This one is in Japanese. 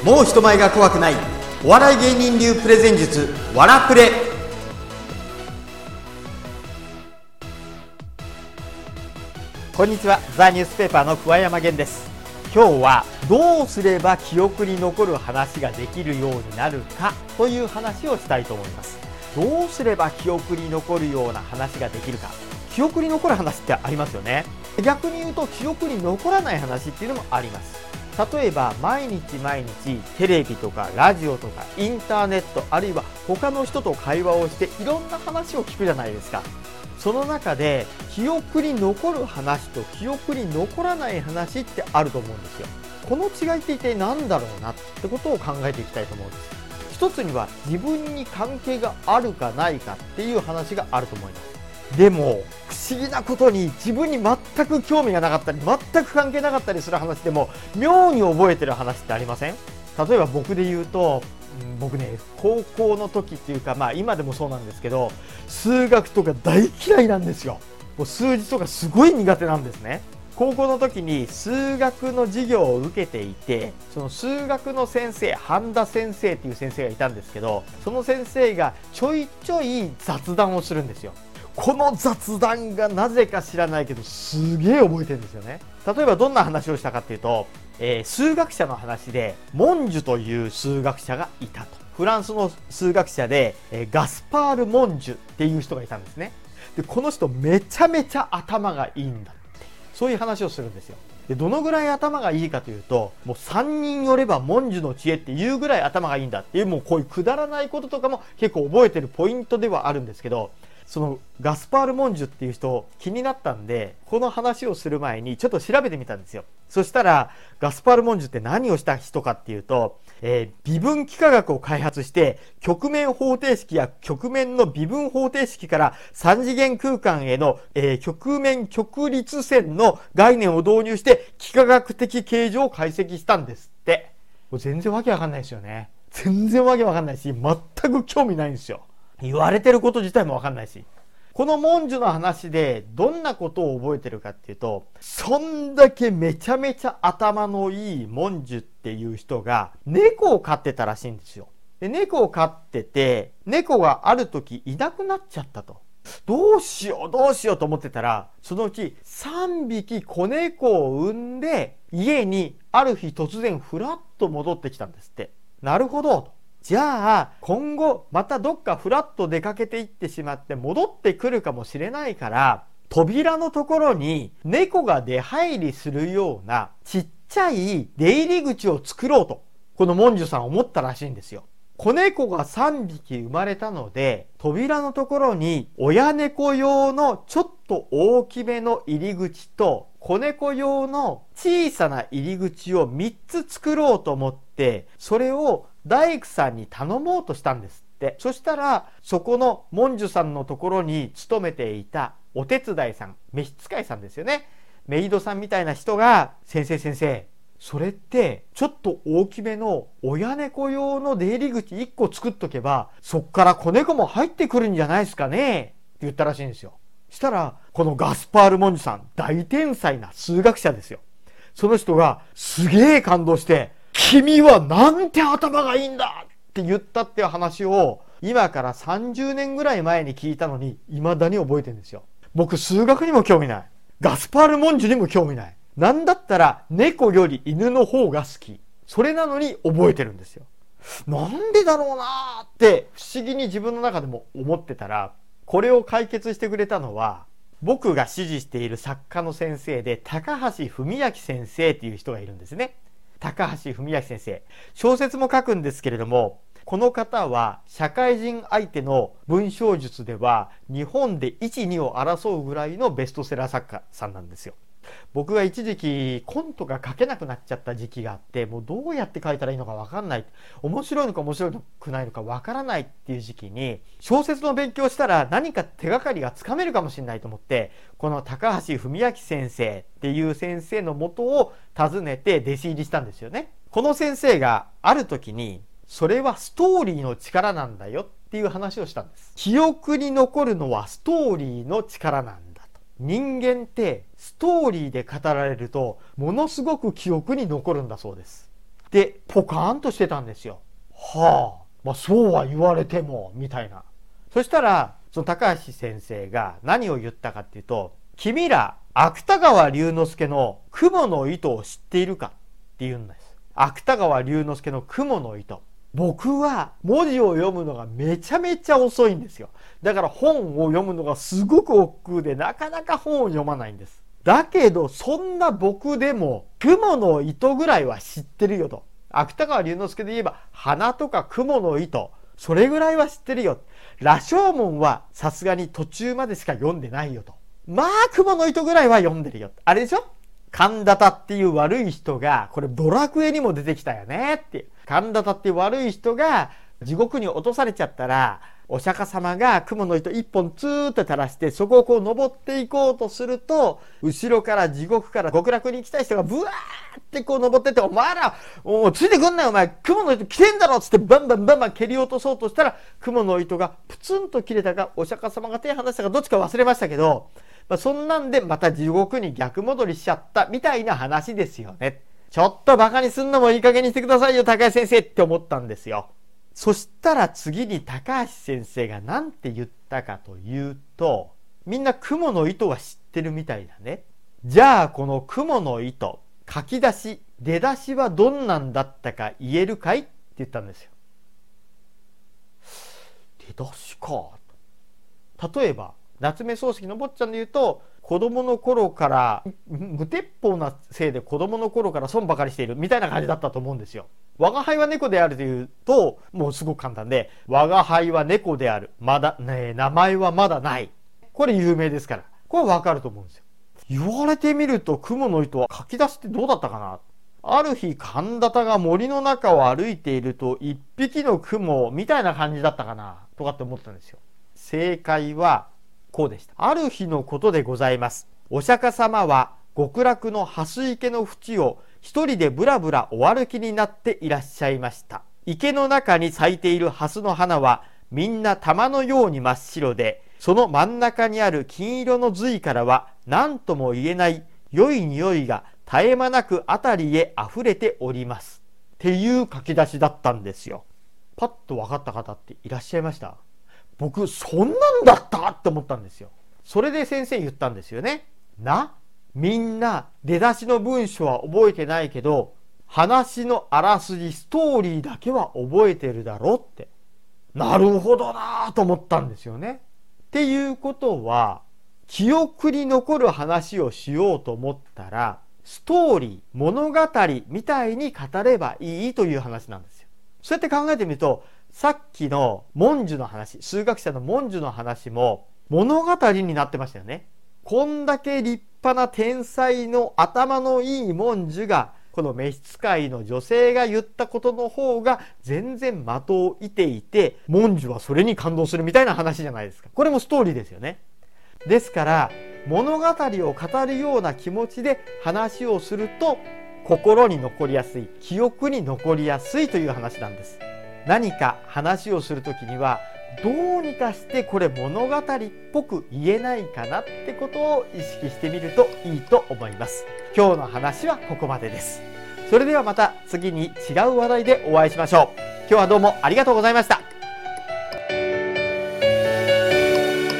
もう人前が怖くないお笑い芸人流プレゼン術わらプレ。こんにちは、ザ・ニュースペーパーの桑山源です。今日はどうすれば記憶に残る話ができるようになるかという話をしたいと思います。どうすれば記憶に残るような話ができるか。記憶に残る話ってありますよね。逆に言うと記憶に残らない話っていうのもあります。例えば毎日テレビとかラジオとかインターネット、あるいは他の人と会話をしていろんな話を聞くじゃないですか。その中で記憶に残る話と記憶に残らない話ってあると思うんですよ。この違いって一体何だろうなってことを考えていきたいと思うんです。一つには自分に関係があるかないかっていう話があると思います。でも不思議なことに自分に全く興味がなかったり全く関係なかったりする話でも妙に覚えてる話ってありません？例えば僕で言うと、僕ね、高校の時っていうか、今でもそうなんですけど、数学とか大嫌いなんですよ。もう数字とかすごい苦手なんですね。高校の時に数学の授業を受けていて、その数学の先生、半田先生っていう先生がいたんですけど、その先生がちょいちょい雑談をするんですよ。この雑談がなぜか知らないけどすげえ覚えてるんですよね。例えばどんな話をしたかっていうと、数学者の話でモンジュという数学者がいたと。フランスの数学者で、ガスパール・モンジュっていう人がいたんですね。でこの人めちゃめちゃ頭がいいんだって、そういう話をするんですよ。でどのぐらい頭がいいかというと、もう3人よればモンジュの知恵っていうぐらい頭がいいんだっていう、もうこういうくだらないこととかも結構覚えてるポイントではあるんですけど、そのガスパール・モンジュっていう人気になったんで、この話をする前にちょっと調べてみたんですよ。そしたらガスパール・モンジュって何をした人かっていうと、微分幾何学を開発して曲面方程式や曲面の微分方程式から3次元空間への、曲面曲率線の概念を導入して幾何学的形状を解析したんですって。もう全然わけわかんないですよね。全然わけわかんないし、全く興味ないんですよ。言われてること自体もわかんないし。このモンジュの話でどんなことを覚えてるかっていうと、そんだけめちゃめちゃ頭のいいモンジュっていう人が猫を飼ってたらしいんですよ。で猫を飼ってて、猫がある時いなくなっちゃったと。どうしようと思ってたら、そのうち3匹子猫を産んで家にある日突然ふらっと戻ってきたんですって。なるほど。じゃあ今後またどっかフラッと出かけていってしまって戻ってくるかもしれないから、扉のところに猫が出入りするようなちっちゃい出入り口を作ろうと、このモンジュさん思ったらしいんですよ。子猫が3匹生まれたので、扉のところに親猫用のちょっと大きめの入り口と子猫用の小さな入り口を3つ作ろうと思って、それを大工さんに頼もうとしたんですって。そしたらそこのモンジュさんのところに勤めていたお手伝いさん、召使いさんですよね、メイドさんみたいな人が、先生、それってちょっと大きめの親猫用の出入り口1個作っとけば、そっから子猫も入ってくるんじゃないですかねって言ったらしいんですよ。したらこのガスパール・モンジュさん、大天才な数学者ですよ。その人がすげえ感動して、君はなんて頭がいいんだって言ったっていう話を今から30年ぐらい前に聞いたのに未だに覚えてるんですよ。僕数学にも興味ない、ガスパール・モンジュにも興味ない、なんだったら猫より犬の方が好き、それなのに覚えてるんですよ。なんでだろうなーって不思議に自分の中でも思ってたら、これを解決してくれたのは僕が支持している作家の先生で、高橋文明先生っていう人がいるんですね。高橋文明先生、小説も書くんですけれども、この方は社会人相手の文章術では日本で1、2を争うぐらいのベストセラー作家さんなんですよ。僕が一時期コントが書けなくなっちゃった時期があって、もうどうやって書いたらいいのか分かんない、面白いのか面白くないのか分からないっていう時期に、小説の勉強したら何か手がかりがつかめるかもしれないと思って、この高橋文明先生っていう先生の元を訪ねて弟子入りしたんですよね。この先生がある時に、それはストーリーの力なんだよっていう話をしたんです。記憶に残るのはストーリーの力なんだと。人間ってストーリーで語られるとものすごく記憶に残るんだそうです。 でポカーンとしてたんですよ。はあ、まあそうは言われてもみたいな。そしたらその高橋先生が何を言ったかっていうと、君ら芥川龍之介の雲の糸を知っているかって言うんです。芥川龍之介の雲の糸。僕は文字を読むのがめちゃめちゃ遅いんですよ。だから本を読むのがすごく億劫でなかなか本を読まないんです。だけどそんな僕でも雲の糸ぐらいは知ってるよと。芥川龍之介で言えば花とか雲の糸、それぐらいは知ってるよ。羅生門はさすがに途中までしか読んでないよと。まあ雲の糸ぐらいは読んでるよ。あれでしょ、神田田っていう悪い人が、これドラクエにも出てきたよねっていう。神田田っていう悪い人が地獄に落とされちゃったら、お釈迦様が雲の糸一本ツーッと垂らして、そこをこう登っていこうとすると、後ろから地獄から極楽に行きたい人がブワーってこう登ってって、お前らもうついてくんなよお前、雲の糸来てんだろっつってバンバンバンバン蹴り落とそうとしたら、雲の糸がプツンと切れたか、お釈迦様が手離したかどっちか忘れましたけど、そんなんでまた地獄に逆戻りしちゃったみたいな話ですよね。ちょっとバカにすんのもいい加減にしてくださいよ高橋先生って思ったんですよ。そしたら次に高橋先生が何て言ったかというと、みんな雲の糸は知ってるみたいだね。じゃあこの雲の糸、書き出し出だしはどんなんだったか言えるかいって言ったんですよ。出だしか。例えば夏目漱石の坊ちゃんで言うと、子供の頃から無鉄砲なせいで子供の頃から損ばかりしているみたいな感じだったと思うんですよ。我が輩は猫であるというともうすごく簡単で、我が輩は猫である、まだね名前はまだない、これ有名ですから、これわかると思うんですよ。言われてみると雲の糸は書き出しってどうだったかな。ある日神田田が森の中を歩いていると一匹の雲みたいな感じだったかなとかって思ったんですよ。正解はこうでした。ある日のことでございます。お釈迦様は極楽の蓮池の淵を一人でぶらぶらお歩きになっていらっしゃいました。池の中に咲いている蓮の花はみんな玉のように真っ白で、その真ん中にある金色の髄からは何とも言えない良い匂いが絶え間なくあたりへあふれておりますっていう書き出しだったんですよ。パッと分かった方っていらっしゃいました？僕そんなんだったって思ったんですよ。それで先生言ったんですよね。みんな出だしの文章は覚えてないけど、話のあらすじストーリーだけは覚えてるだろって。なるほどなと思ったんですよね。っていうことは、記憶に残る話をしようと思ったら、ストーリー物語みたいに語ればいいという話なんですよ。そうやって考えてみると、さっきの文殊の話、数学者の文殊の話も物語になってましたよね。こんだけ立派な天才の頭のいい文殊が、この召使いの女性が言ったことの方が全然的を射ていて、文殊はそれに感動するみたいな話じゃないですか。これもストーリーですよね。ですから物語を語るような気持ちで話をすると心に残りやすい、記憶に残りやすいという話なんです。何か話をするときにはどうにかしてこれ物語っぽく言えないかなってことを意識してみるといいと思います。今日の話はここまでです。それではまた次に違う話題でお会いしましょう。今日はどうもありがとうございました。